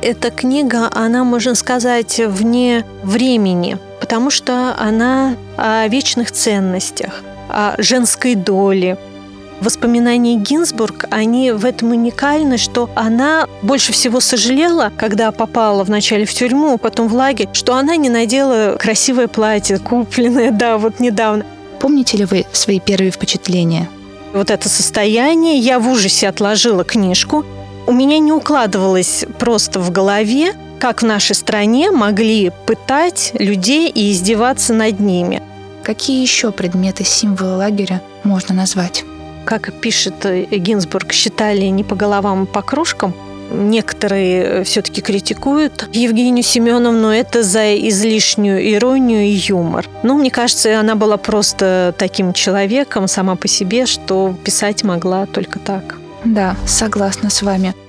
эта книга, она, можно сказать, вне времени, потому что она о вечных ценностях, о женской доле. Воспоминания Гинзбург, они в этом уникальны, что она больше всего сожалела, когда попала вначале в тюрьму, потом в лагерь, что она не надела красивое платье, купленное, недавно. Помните ли вы свои первые впечатления? Вот это состояние, я в ужасе отложила книжку. У меня не укладывалось просто в голове, как в нашей стране могли пытать людей и издеваться над ними. Какие еще предметы, символы лагеря можно назвать? Как пишет Гинзбург, считали не по головам, а по кружкам. Некоторые все-таки критикуют Евгению Семеновну это за излишнюю иронию и юмор. Но мне кажется, она была просто таким человеком сама по себе, что писать могла только так. Да, согласна с вами.